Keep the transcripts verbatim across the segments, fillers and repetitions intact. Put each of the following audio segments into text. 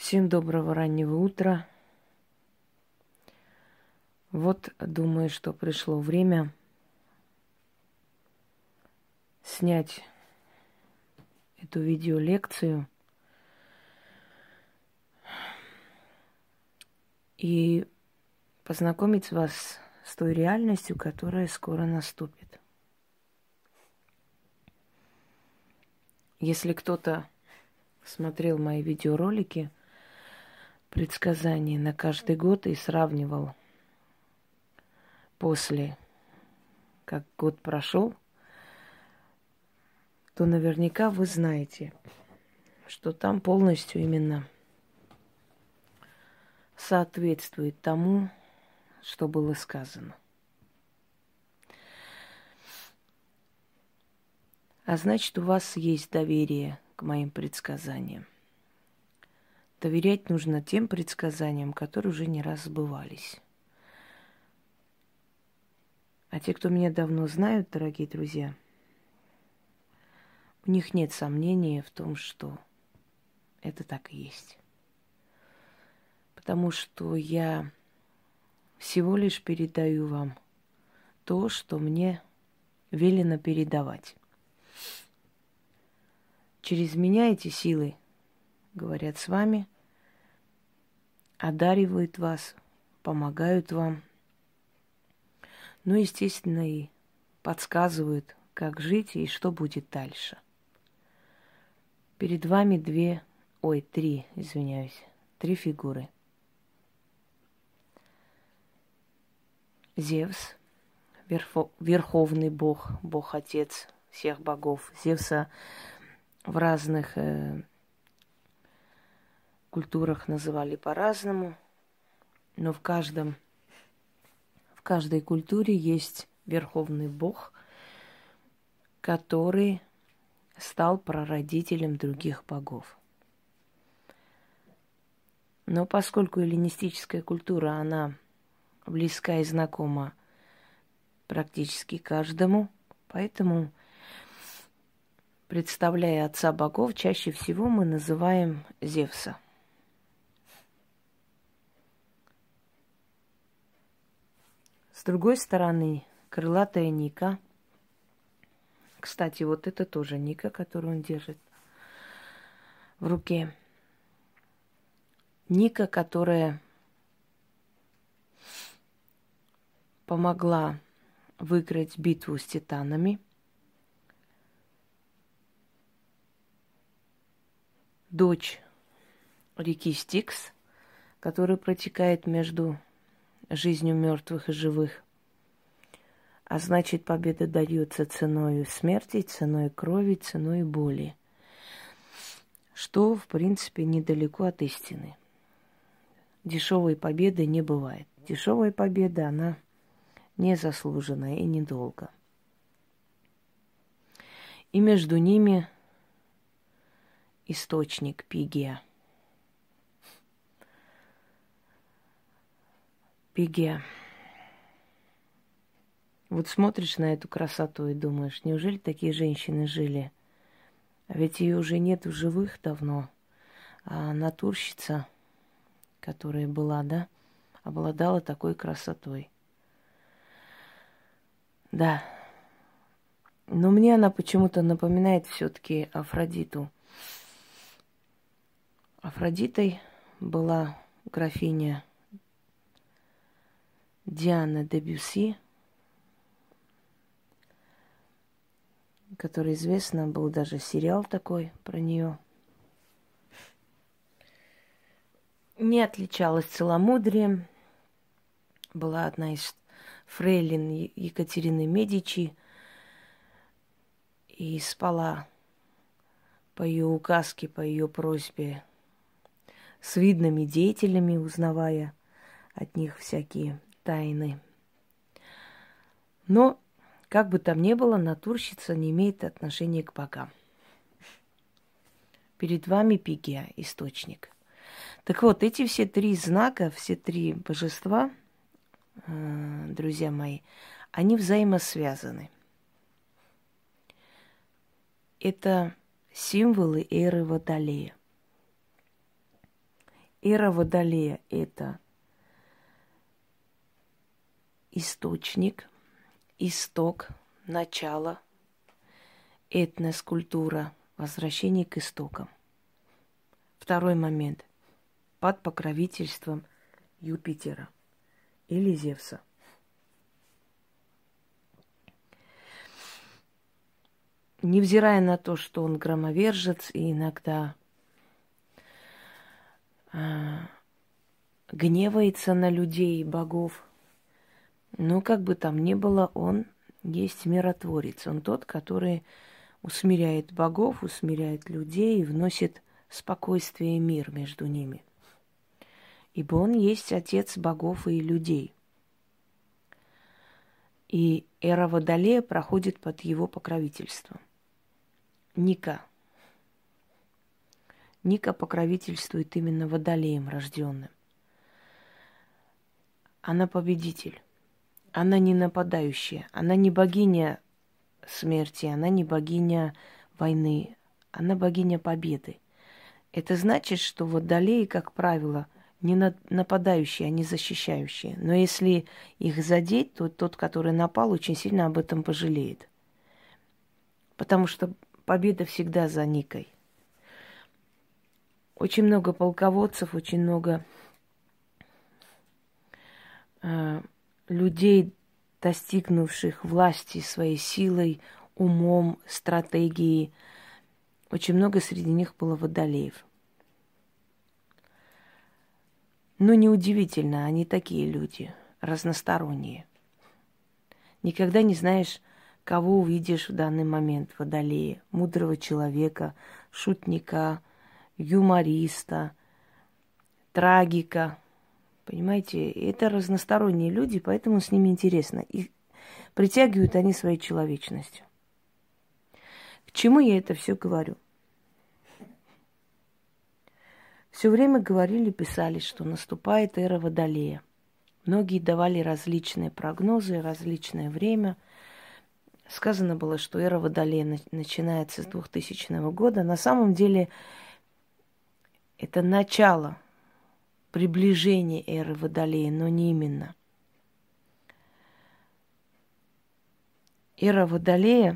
Всем доброго раннего утра. Вот думаю, что пришло время снять эту видеолекцию и познакомить вас с той реальностью, которая скоро наступит. Если кто-то смотрел мои видеоролики, предсказания на каждый год и сравнивал после, как год прошел, то наверняка вы знаете, что там полностью именно соответствует тому, что было сказано. А значит, у вас есть доверие к моим предсказаниям. Доверять нужно тем предсказаниям, которые уже не раз сбывались. А те, кто меня давно знают, дорогие друзья, у них нет сомнения в том, что это так и есть. Потому что я всего лишь передаю вам то, что мне велено передавать. Через меня эти силы говорят с вами, одаривают вас, помогают вам. Ну, естественно, и подсказывают, как жить и что будет дальше. Перед вами две, ой, три, извиняюсь, три фигуры. Зевс, верхо, верховный бог, бог-отец всех богов. Зевса в разных э, культурах называли по-разному, но в каждом, в каждой культуре есть верховный бог, который стал прародителем других богов. Но поскольку эллинистическая культура, она близка и знакома практически каждому, поэтому, представляя отца богов, чаще всего мы называем Зевса. С другой стороны, крылатая Ника. Кстати, вот это тоже Ника, которую он держит в руке. Ника, которая помогла выиграть битву с титанами. Дочь реки Стикс, которая протекает между жизнью мертвых и живых. А значит, победа дается ценой смерти, ценой крови, ценой боли. Что, в принципе, недалеко от истины. Дешевой победы не бывает. Дешевая победа, она незаслуженная и недолго. И между ними источник Пигия. Пигия. Вот смотришь на эту красоту и думаешь, неужели такие женщины жили? А ведь ее уже нет в живых давно. А натурщица, которая была, да, обладала такой красотой. Да. Но мне она почему-то напоминает все-таки Афродиту. Афродитой была графиня Диана де Бюсси, которая известна, был даже сериал такой про нее. Не отличалась целомудрием, была одна из фрейлин Екатерины Медичи и спала по ее указке, по ее просьбе с видными деятелями, узнавая от них всякие тайны. Но, как бы там ни было, натурщица не имеет отношения к богам. Перед вами Пигия, источник. Так вот, эти все три знака, все три божества, э, друзья мои, они взаимосвязаны. Это символы эры Водолея. Эра Водолея – это источник, исток, начало, этнос, культура, возвращение к истокам. Второй момент. Под покровительством Юпитера или Зевса. Невзирая на то, что он громовержец и иногда э, гневается на людей, богов, но как бы там ни было, он есть миротворец. Он тот, который усмиряет богов, усмиряет людей и вносит спокойствие и мир между ними. Ибо он есть отец богов и людей. И эра Водолея проходит под его покровительством. Ника. Ника покровительствует именно Водолеем рожденным. Она победитель. Она не нападающая. Она не богиня смерти, она не богиня войны. Она богиня победы. Это значит, что Водолеи, как правило, не нападающие, а не защищающие. Но если их задеть, то тот, который напал, очень сильно об этом пожалеет. Потому что победа всегда за Никой. Очень много полководцев, очень много э, людей, достигнувших власти своей силой, умом, стратегией. Очень много среди них было водолеев. Но неудивительно, они такие люди, разносторонние. Никогда не знаешь, кого увидишь в данный момент в водолее. Мудрого человека, шутника, юмориста, трагика. Понимаете, это разносторонние люди, поэтому с ними интересно. И притягивают они своей человечностью. К чему я это все говорю? Все время говорили, писали, что наступает эра Водолея. Многие давали различные прогнозы, различное время. Сказано было, что эра Водолея начинается с двухтысячного года. На самом деле это начало приближения эры Водолея, но не именно. Эра Водолея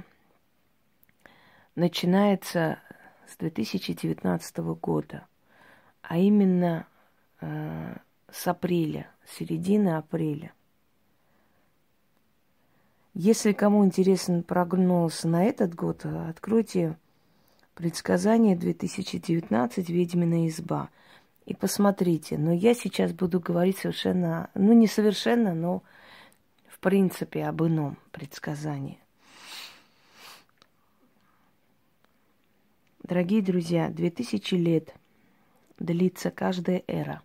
начинается с две тысячи девятнадцатого года, а именно э, с апреля, середины апреля. Если кому интересен прогноз на этот год, откройте предсказание две тысячи девятнадцать «Ведьмина изба» и посмотрите. Но я сейчас буду говорить совершенно, ну не совершенно, но в принципе об ином предсказании. Дорогие друзья, две тысячи лет длится каждая эра.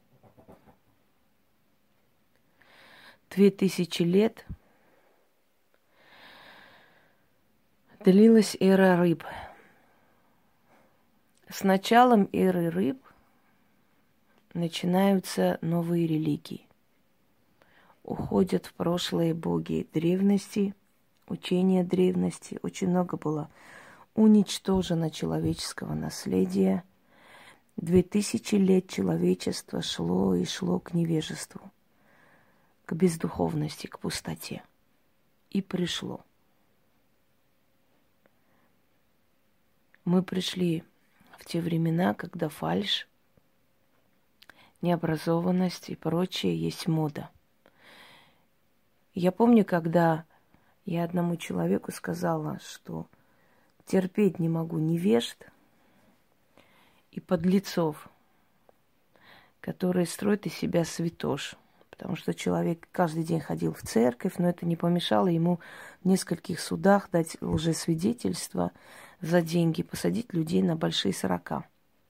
Две тысячи лет длилась эра рыб. С началом эры рыб начинаются новые религии. Уходят в прошлое боги древности, учения древности. Очень много было уничтожено человеческого наследия. Две тысячи лет человечество шло и шло к невежеству, к бездуховности, к пустоте. И пришло. Мы пришли в те времена, когда фальшь, необразованность и прочее есть мода. Я помню, когда я одному человеку сказала, что терпеть не могу невежд и подлецов, которые строят из себя святош. Потому что человек каждый день ходил в церковь, но это не помешало ему в нескольких судах дать лжесвидетельство за деньги, посадить людей на большие срока.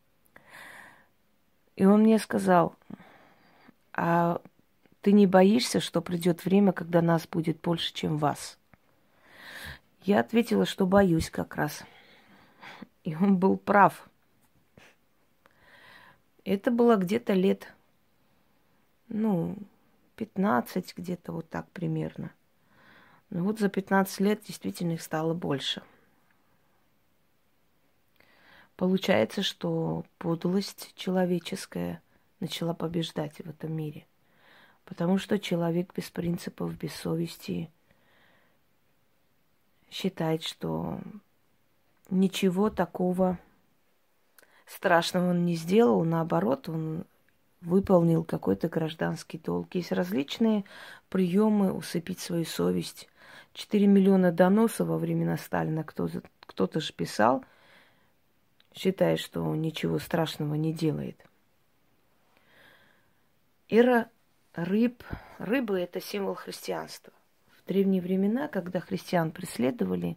И он мне сказал: а ты не боишься, что придет время, когда нас будет больше, чем вас? Я ответила, что боюсь как раз. И он был прав. Это было где-то лет, ну, пятнадцать, где-то вот так примерно. Но вот за пятнадцать лет действительно их стало больше. Получается, что подлость человеческая начала побеждать в этом мире. Потому что человек без принципов, без совести считает, что ничего такого страшного он не сделал, наоборот, он выполнил какой-то гражданский долг. Есть различные приемы усыпить свою совесть. Четыре миллиона доносов во времена Сталина кто-то, кто-то же писал, считая, что ничего страшного не делает. Эра рыб. Рыбы – это символ христианства. В древние времена, когда христиан преследовали,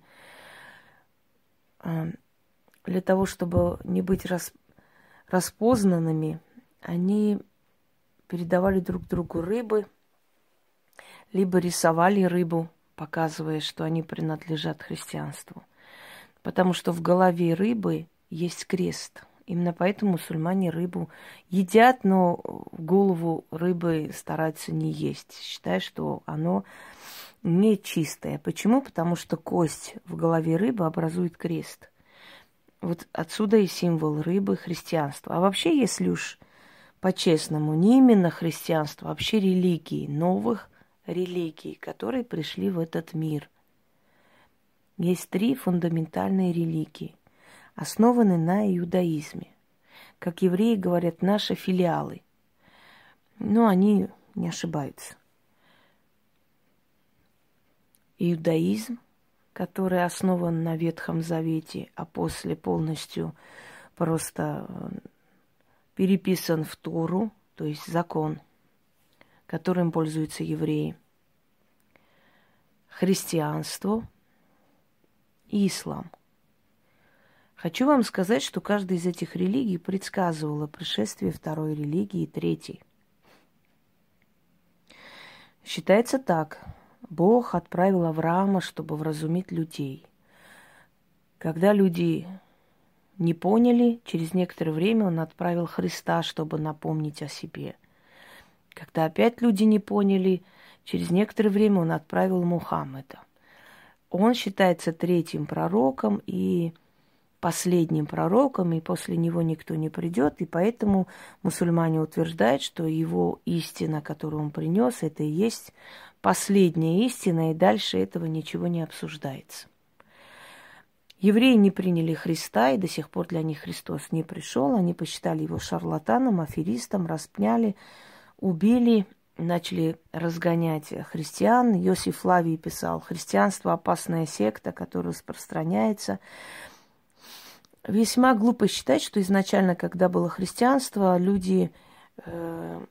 для того, чтобы не быть рас, распознанными, они передавали друг другу рыбы, либо рисовали рыбу, показывая, что они принадлежат христианству. Потому что в голове рыбы есть крест. Именно поэтому мусульмане рыбу едят, но голову рыбы стараются не есть, считая, что оно не чистое. Почему? Потому что кость в голове рыбы образует крест. Вот отсюда и символ рыбы христианства. А вообще, если уж по-честному, не именно христианство, а вообще религии, новых религий, которые пришли в этот мир. Есть три фундаментальные религии, основанные на иудаизме. Как евреи говорят, наши филиалы. Но они не ошибаются. Иудаизм, который основан на Ветхом Завете, а после полностью просто переписан в Тору, то есть закон, которым пользуются евреи. Христианство и ислам. Хочу вам сказать, что каждая из этих религий предсказывала пришествие второй религии, третьей. Считается так. Бог отправил Авраама, чтобы вразумить людей. Когда люди не поняли, через некоторое время он отправил Христа, чтобы напомнить о себе. Когда опять люди не поняли, через некоторое время он отправил Мухаммеда. Он считается третьим пророком и последним пророком, и после него никто не придет, и поэтому мусульмане утверждают, что его истина, которую он принес, это и есть последняя истина, и дальше этого ничего не обсуждается. Евреи не приняли Христа, и до сих пор для них Христос не пришел. Они посчитали его шарлатаном, аферистом, распняли, убили, начали разгонять христиан. Иосиф Флавий писал: христианство – опасная секта, которая распространяется. Весьма глупо считать, что изначально, когда было христианство, люди э,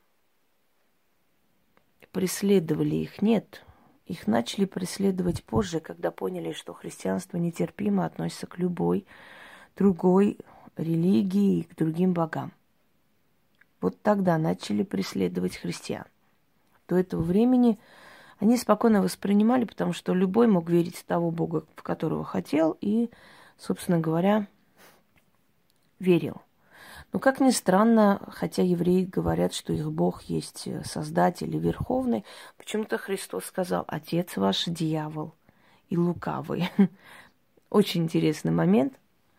преследовали их. Нет. Их начали преследовать позже, когда поняли, что христианство нетерпимо относится к любой другой религии и к другим богам. Вот тогда начали преследовать христиан. До этого времени они спокойно воспринимали, потому что любой мог верить в того бога, в которого хотел, и, собственно говоря, верил. Но, как ни странно, хотя евреи говорят, что их Бог есть Создатель и Верховный, почему-то Христос сказал: «Отец ваш дьявол и лукавый». Очень интересный момент.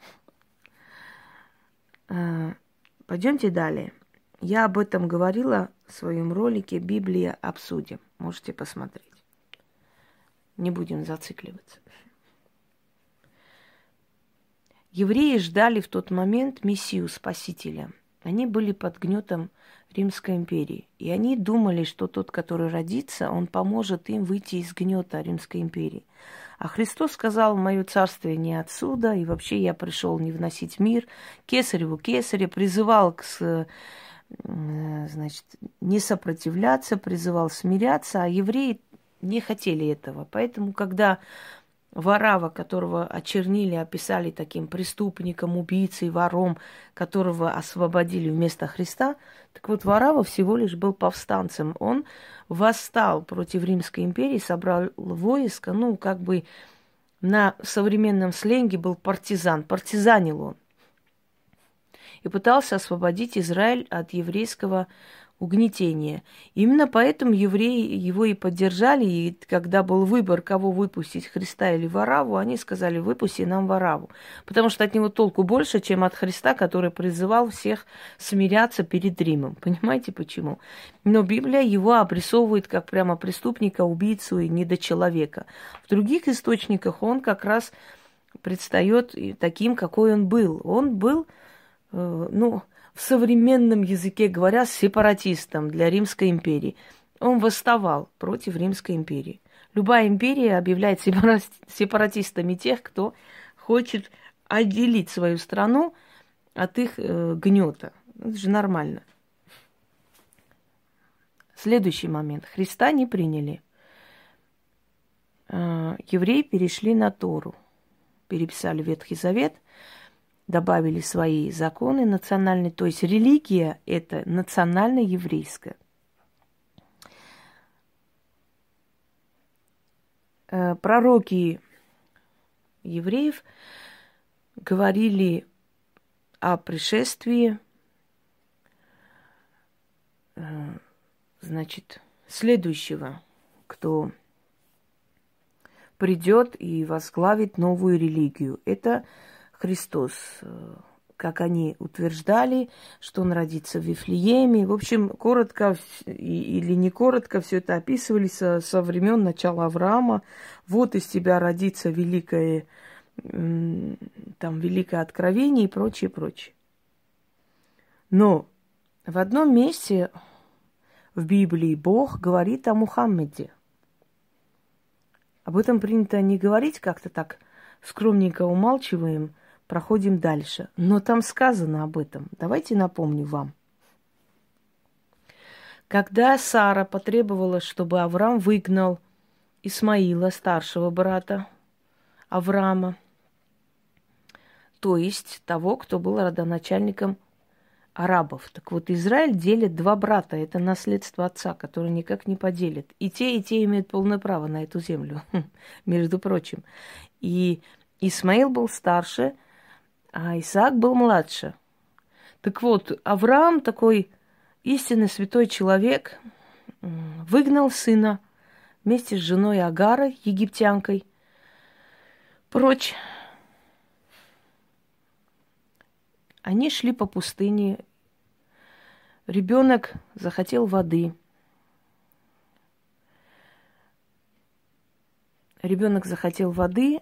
Пойдемте далее. Я об этом говорила в своем ролике «Библия обсудим». Можете посмотреть. Не будем зацикливаться. Евреи ждали в тот момент Мессию Спасителя. Они были под гнетом Римской империи. И они думали, что тот, который родится, он поможет им выйти из гнета Римской империи. А Христос сказал: «Мое царствие не отсюда, и вообще я пришел не вносить мир. Кесареву кесаря», призывал к, значит, не сопротивляться, призывал смиряться, а евреи не хотели этого. Поэтому, когда Варава, которого очернили, описали таким преступником, убийцей, вором, которого освободили вместо Христа, так вот, Варава всего лишь был повстанцем. Он восстал против Римской империи, собрал войско, ну, как бы на современном сленге был партизан, партизанил он. И пытался освободить Израиль от еврейского угнетения. Именно поэтому евреи его и поддержали, и когда был выбор, кого выпустить, Христа или Варавву, они сказали: выпусти нам Варавву. Потому что от него толку больше, чем от Христа, который призывал всех смиряться перед Римом. Понимаете почему? Но Библия его обрисовывает как прямо преступника, убийцу и недочеловека. В других источниках он как раз предстает таким, какой он был. Он был, э, ну, в современном языке говоря, сепаратистом для Римской империи. Он восставал против Римской империи. Любая империя объявляет сепаратистами тех, кто хочет отделить свою страну от их э, гнета. Это же нормально. Следующий момент. Христа не приняли. Э, евреи перешли на Тору. Переписали Ветхий Завет, добавили свои законы национальные. То есть религия – это национально-еврейская. Э, пророки евреев говорили о пришествии, э, значит, следующего, кто придет и возглавит новую религию. Это Христос. Как они утверждали, что он родится в Вифлееме. В общем, коротко или не коротко все это описывали со, со времен начала Авраама. Вот из тебя родится великое, там, великое откровение и прочее, прочее. Но в одном месте в Библии Бог говорит о Мухаммеде. Об этом принято не говорить, как-то так скромненько умалчиваем, проходим дальше. Но там сказано об этом. Давайте напомню вам. Когда Сара потребовала, чтобы Авраам выгнал Исмаила, старшего брата Авраама, то есть того, кто был родоначальником арабов. Так вот, Израиль делит два брата. Это наследство отца, которое никак не поделит. И те, и те имеют полное право на эту землю, между прочим. И Исмаил был старше, а Исаак был младше. Так вот, Авраам, такой истинный святой человек, выгнал сына вместе с женой Агарой, египтянкой, прочь. Они шли по пустыне. Ребенок захотел воды. Ребенок захотел воды,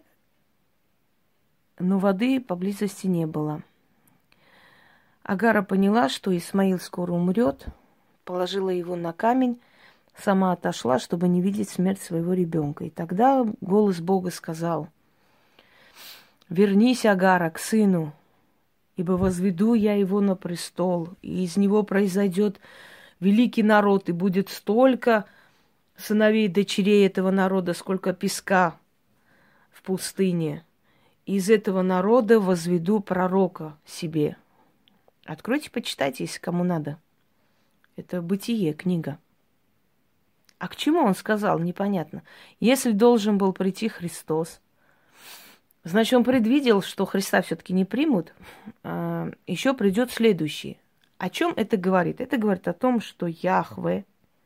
но воды поблизости не было. Агара поняла, что Исмаил скоро умрет, положила его на камень, сама отошла, чтобы не видеть смерть своего ребенка. И тогда голос Бога сказал: «Вернись, Агара, к сыну, ибо возведу я его на престол, и из него произойдет великий народ, и будет столько сыновей и дочерей этого народа, сколько песка в пустыне. Из этого народа возведу пророка себе». Откройте, почитайте, если кому надо. Это «Бытие», книга. А к чему он сказал, непонятно. Если должен был прийти Христос, значит, он предвидел, что Христа все-таки не примут, а еще придет следующий. О чем это говорит? Это говорит о том, что Яхве,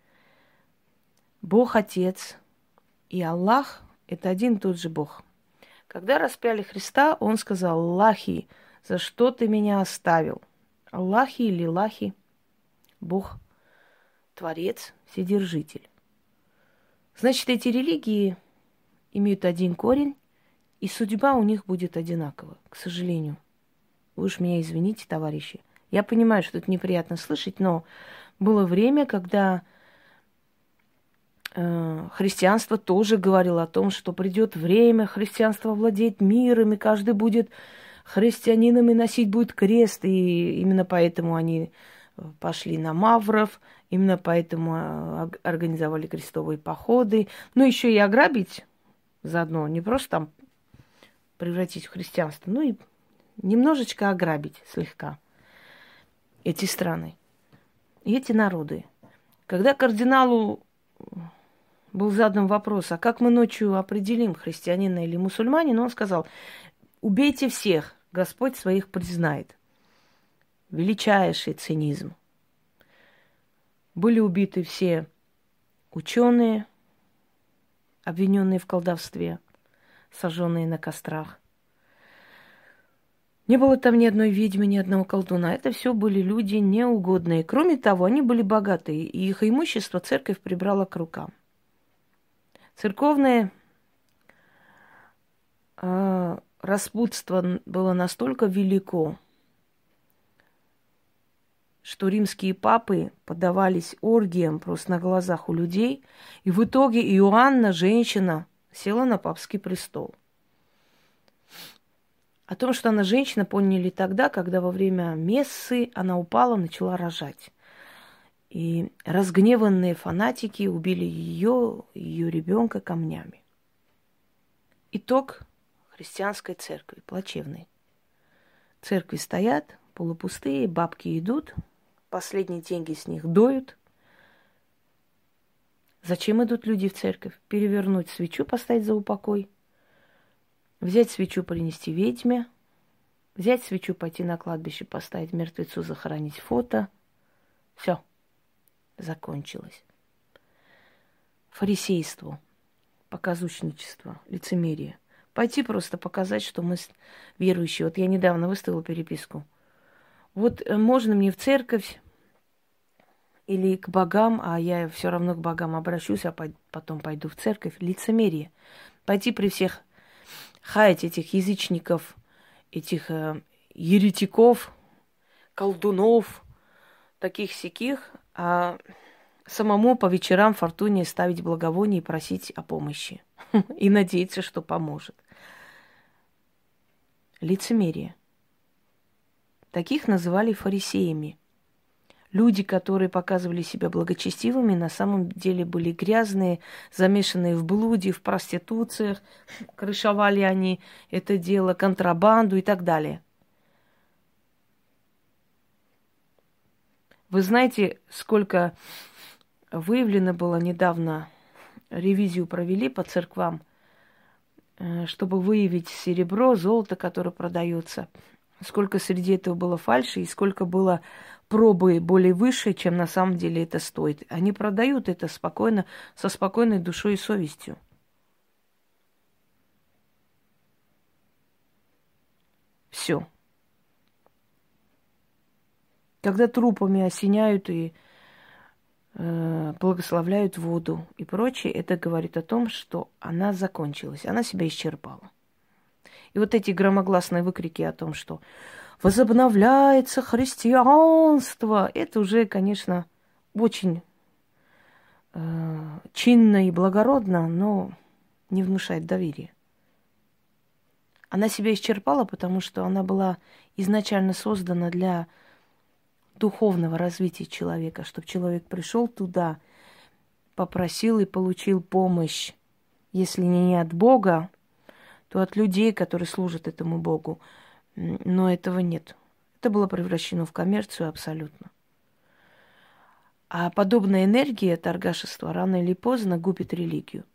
Бог Отец и Аллах – это один и тот же Бог. Когда распяли Христа, он сказал: «Лахи, за что ты меня оставил?» Аллахи или Лахи – Бог, Творец, Вседержитель. Значит, эти религии имеют один корень, и судьба у них будет одинакова, к сожалению. Вы уж меня извините, товарищи. Я понимаю, что это неприятно слышать, но было время, когда э, христианство тоже говорило о том, что придет время, христианство владеет миром, и каждый будет христианином и носить будет крест. И именно поэтому они пошли на мавров, именно поэтому организовали крестовые походы. Но еще и ограбить заодно, не просто там превратить в христианство, ну и немножечко ограбить слегка эти страны и эти народы. Когда кардиналу был задан вопрос, а как мы ночью определим, христианина или мусульманина, он сказал: убейте всех, Господь своих признает. Величайший цинизм. Были убиты все ученые, обвиненные в колдовстве, сожженные на кострах. Не было там ни одной ведьмы, ни одного колдуна. Это все были люди неугодные. Кроме того, они были богатые, и их имущество церковь прибрала к рукам. Церковное э, распутство было настолько велико, что римские папы поддавались оргиям просто на глазах у людей. И в итоге Иоанна, женщина, села на папский престол. О том, что она женщина, поняли тогда, когда во время мессы она упала, начала рожать. И разгневанные фанатики убили ее и ее ребенка камнями. Итог христианской церкви плачевный. Церкви стоят, полупустые, бабки идут, последние деньги с них доют. Зачем идут люди в церковь? Перевернуть свечу, поставить за упокой. Взять свечу, принести ведьме. Взять свечу, пойти на кладбище, поставить мертвецу, захоронить фото. Все. Закончилось. Фарисейство, показушничество, лицемерие. Пойти просто показать, что мы верующие. Вот я недавно выставила переписку. Вот можно мне в церковь или к богам, а я все равно к богам обращусь, а потом пойду в церковь. Лицемерие. Пойти при всех хаять этих язычников, этих э, еретиков, колдунов, таких-сяких, а самому по вечерам в фортуне ставить благовоние и просить о помощи. И надеяться, что поможет. Лицемерие. Таких называли фарисеями. Люди, которые показывали себя благочестивыми, на самом деле были грязные, замешанные в блуде, в проституциях. Крышевали они это дело, контрабанду и так далее. Вы знаете, сколько выявлено было недавно, ревизию провели по церквам, чтобы выявить серебро, золото, которое продается. Сколько среди этого было фальши и сколько было пробы более выше, чем на самом деле это стоит. Они продают это спокойно, со спокойной душой и совестью. Все. Когда трупами осеняют и э, благословляют воду и прочее, это говорит о том, что она закончилась, она себя исчерпала. И вот эти громогласные выкрики о том, что возобновляется христианство, это уже, конечно, очень э, чинно и благородно, но не внушает доверия. Она себя исчерпала, потому что она была изначально создана для духовного развития человека, чтобы человек пришел туда, попросил и получил помощь, если не от Бога, то от людей, которые служат этому Богу. Но этого нет. Это было превращено в коммерцию абсолютно. А подобная энергия торгашества рано или поздно губит религию.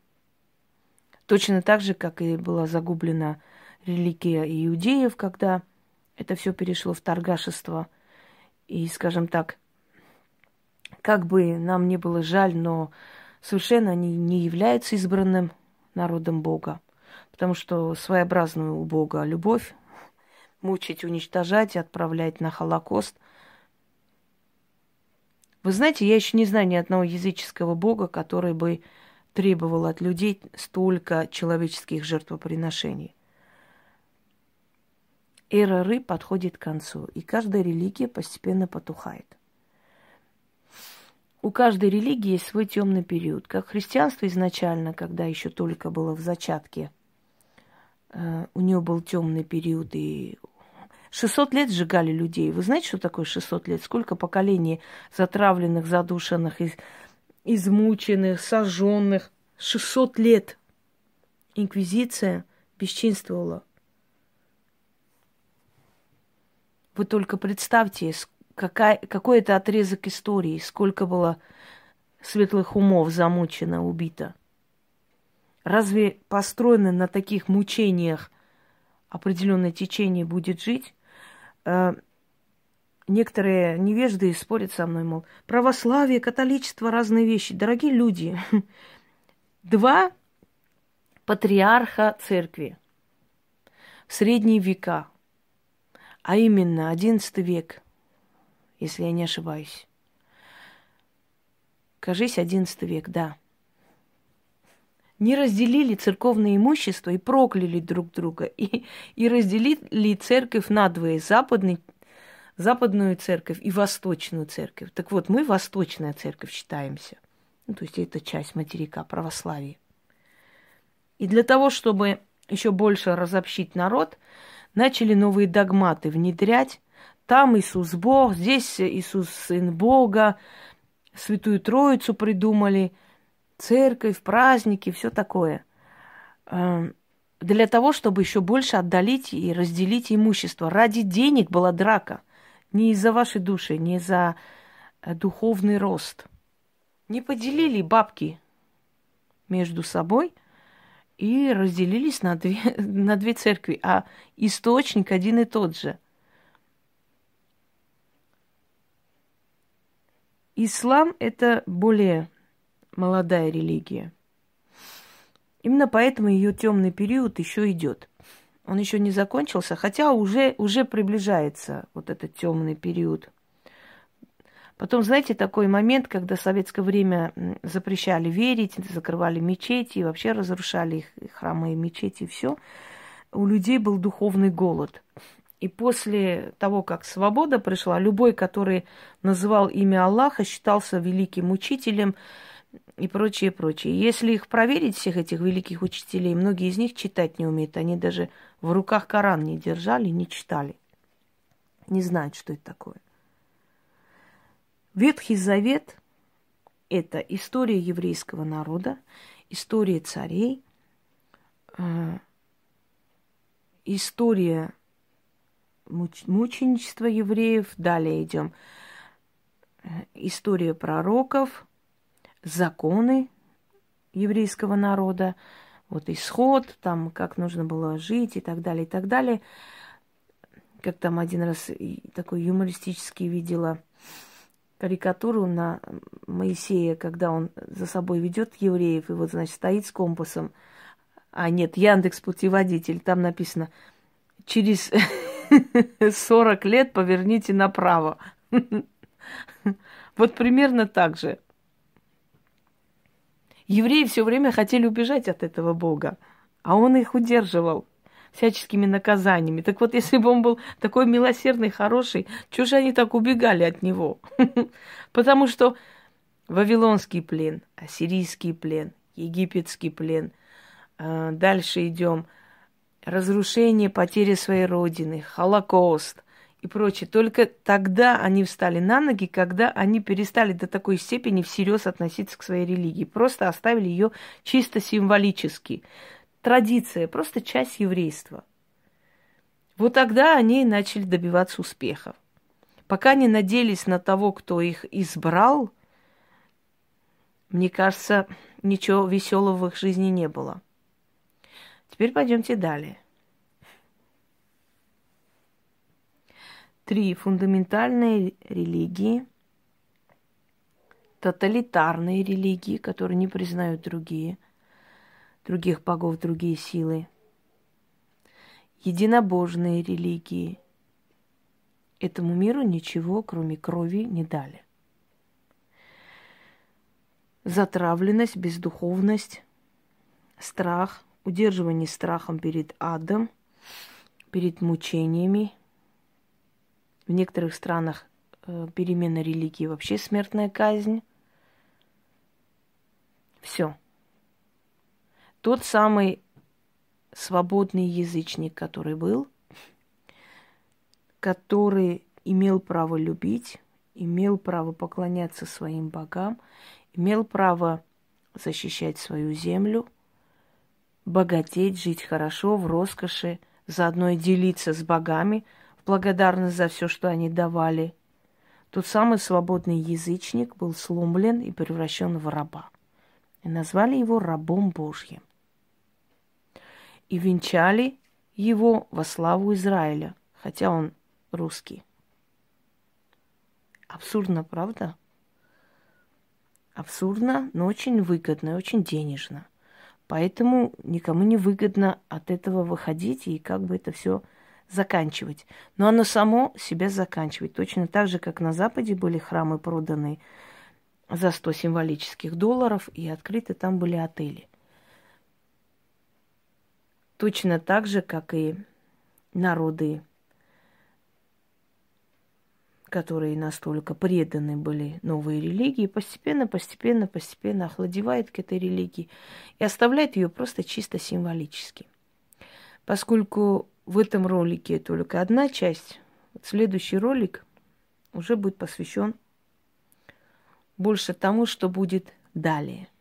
Точно так же, как и была загублена религия иудеев, когда это все перешло в торгашество. И, скажем так, как бы нам не было жаль, но совершенно они не являются избранным народом Бога. Потому что своеобразную у Бога любовь мучить, уничтожать и отправлять на Холокост. Вы знаете, я еще не знаю ни одного языческого бога, который бы требовал от людей столько человеческих жертвоприношений. Эра рыб подходит к концу, и каждая религия постепенно потухает. У каждой религии есть свой темный период. Как христианство изначально, когда еще только было в зачатке, у нее был темный период, и шестьсот лет сжигали людей. Вы знаете, что такое шестьсот лет? Сколько поколений затравленных, задушенных, из, измученных, сожженных. шестьсот лет инквизиция бесчинствовала. Вы только представьте, какая, какой это отрезок истории, сколько было светлых умов замучено, убито. Разве построено на таких мучениях определенное течение будет жить? некоторые невежды спорят со мной, мол, православие, католичество, разные вещи. Дорогие люди, два патриарха церкви в средние века, а именно одиннадцатый век, если я не ошибаюсь. Кажись, одиннадцатый век, да. Не разделили церковное имущество и прокляли друг друга. И, и разделили церковь надвое. Западный, западную церковь и восточную церковь. Так вот, мы восточная церковь считаемся. Ну, то есть это часть материка православия. И для того, чтобы еще больше разобщить народ, начали новые догматы внедрять. Там Иисус Бог, здесь Иисус Сын Бога, Святую Троицу придумали, церковь, праздники, все такое. Для того, чтобы еще больше отдалить и разделить имущество. Ради денег была драка. Не из-за вашей души, не за духовный рост. Не поделили бабки между собой и разделились на две, на две церкви, а источник один и тот же. Ислам – это более молодая религия. Именно поэтому ее темный период еще идет. Он еще не закончился, хотя уже, уже приближается вот этот темный период. Потом, знаете, такой момент, когда в советское время запрещали верить, закрывали мечети, вообще разрушали их храмы и мечети, и все. У людей был духовный голод. И после того, как свобода пришла, любой, который называл имя Аллаха, считался великим учителем и прочее, прочее. Если их проверить, всех этих великих учителей, многие из них читать не умеют. Они даже в руках Коран не держали, не читали. Не знают, что это такое. Ветхий Завет – это история еврейского народа, история царей, э, история муч- мученичества евреев. Далее идем. История пророков, законы еврейского народа, вот исход, там, как нужно было жить и так далее, и так далее. Как там один раз такой юмористический видела карикатуру на Моисея, когда он за собой ведет евреев, и вот, значит, стоит с компасом. А нет, Яндекс путеводитель, там написано: через сорок лет поверните направо. Вот примерно так же. Евреи все время хотели убежать от этого Бога, а он их удерживал всяческими наказаниями. Так вот, если бы он был такой милосердный, хороший, чего же они так убегали от него? Потому что вавилонский плен, ассирийский плен, египетский плен, дальше идем, разрушение, потеря своей родины, Холокост и прочее. Только тогда они встали на ноги, когда они перестали до такой степени всерьез относиться к своей религии. Просто оставили ее чисто символически. Традиция, просто часть еврейства. Вот тогда они начали добиваться успехов. Пока не надеялись на того, кто их избрал, мне кажется, ничего веселого в их жизни не было. Теперь пойдемте далее. Три фундаментальные религии, тоталитарные религии, которые не признают другие, других богов, другие силы, единобожные религии. Этому миру ничего, кроме крови, не дали. Затравленность, бездуховность, страх, удерживание страхом перед адом, перед мучениями. В некоторых странах э, перемена религии вообще смертная казнь. Все. Тот самый свободный язычник, который был, который имел право любить, имел право поклоняться своим богам, имел право защищать свою землю, богатеть, жить хорошо, в роскоши, заодно и делиться с богами в благодарность за все, что они давали. Тот самый свободный язычник был сломлен и превращен в раба. И назвали его рабом Божьим. И венчали его во славу Израиля, хотя он русский. Абсурдно, правда? Абсурдно, но очень выгодно и очень денежно. Поэтому никому не выгодно от этого выходить и как бы это все заканчивать. Но оно само себя заканчивает. Точно так же, как на Западе были храмы проданы за сто символических долларов, и открыты там были отели. Точно так же, как и народы, которые настолько преданы были новой религии, постепенно, постепенно, постепенно охладевает к этой религии и оставляет ее просто чисто символически. Поскольку в этом ролике только одна часть, следующий ролик уже будет посвящен больше тому, что будет далее.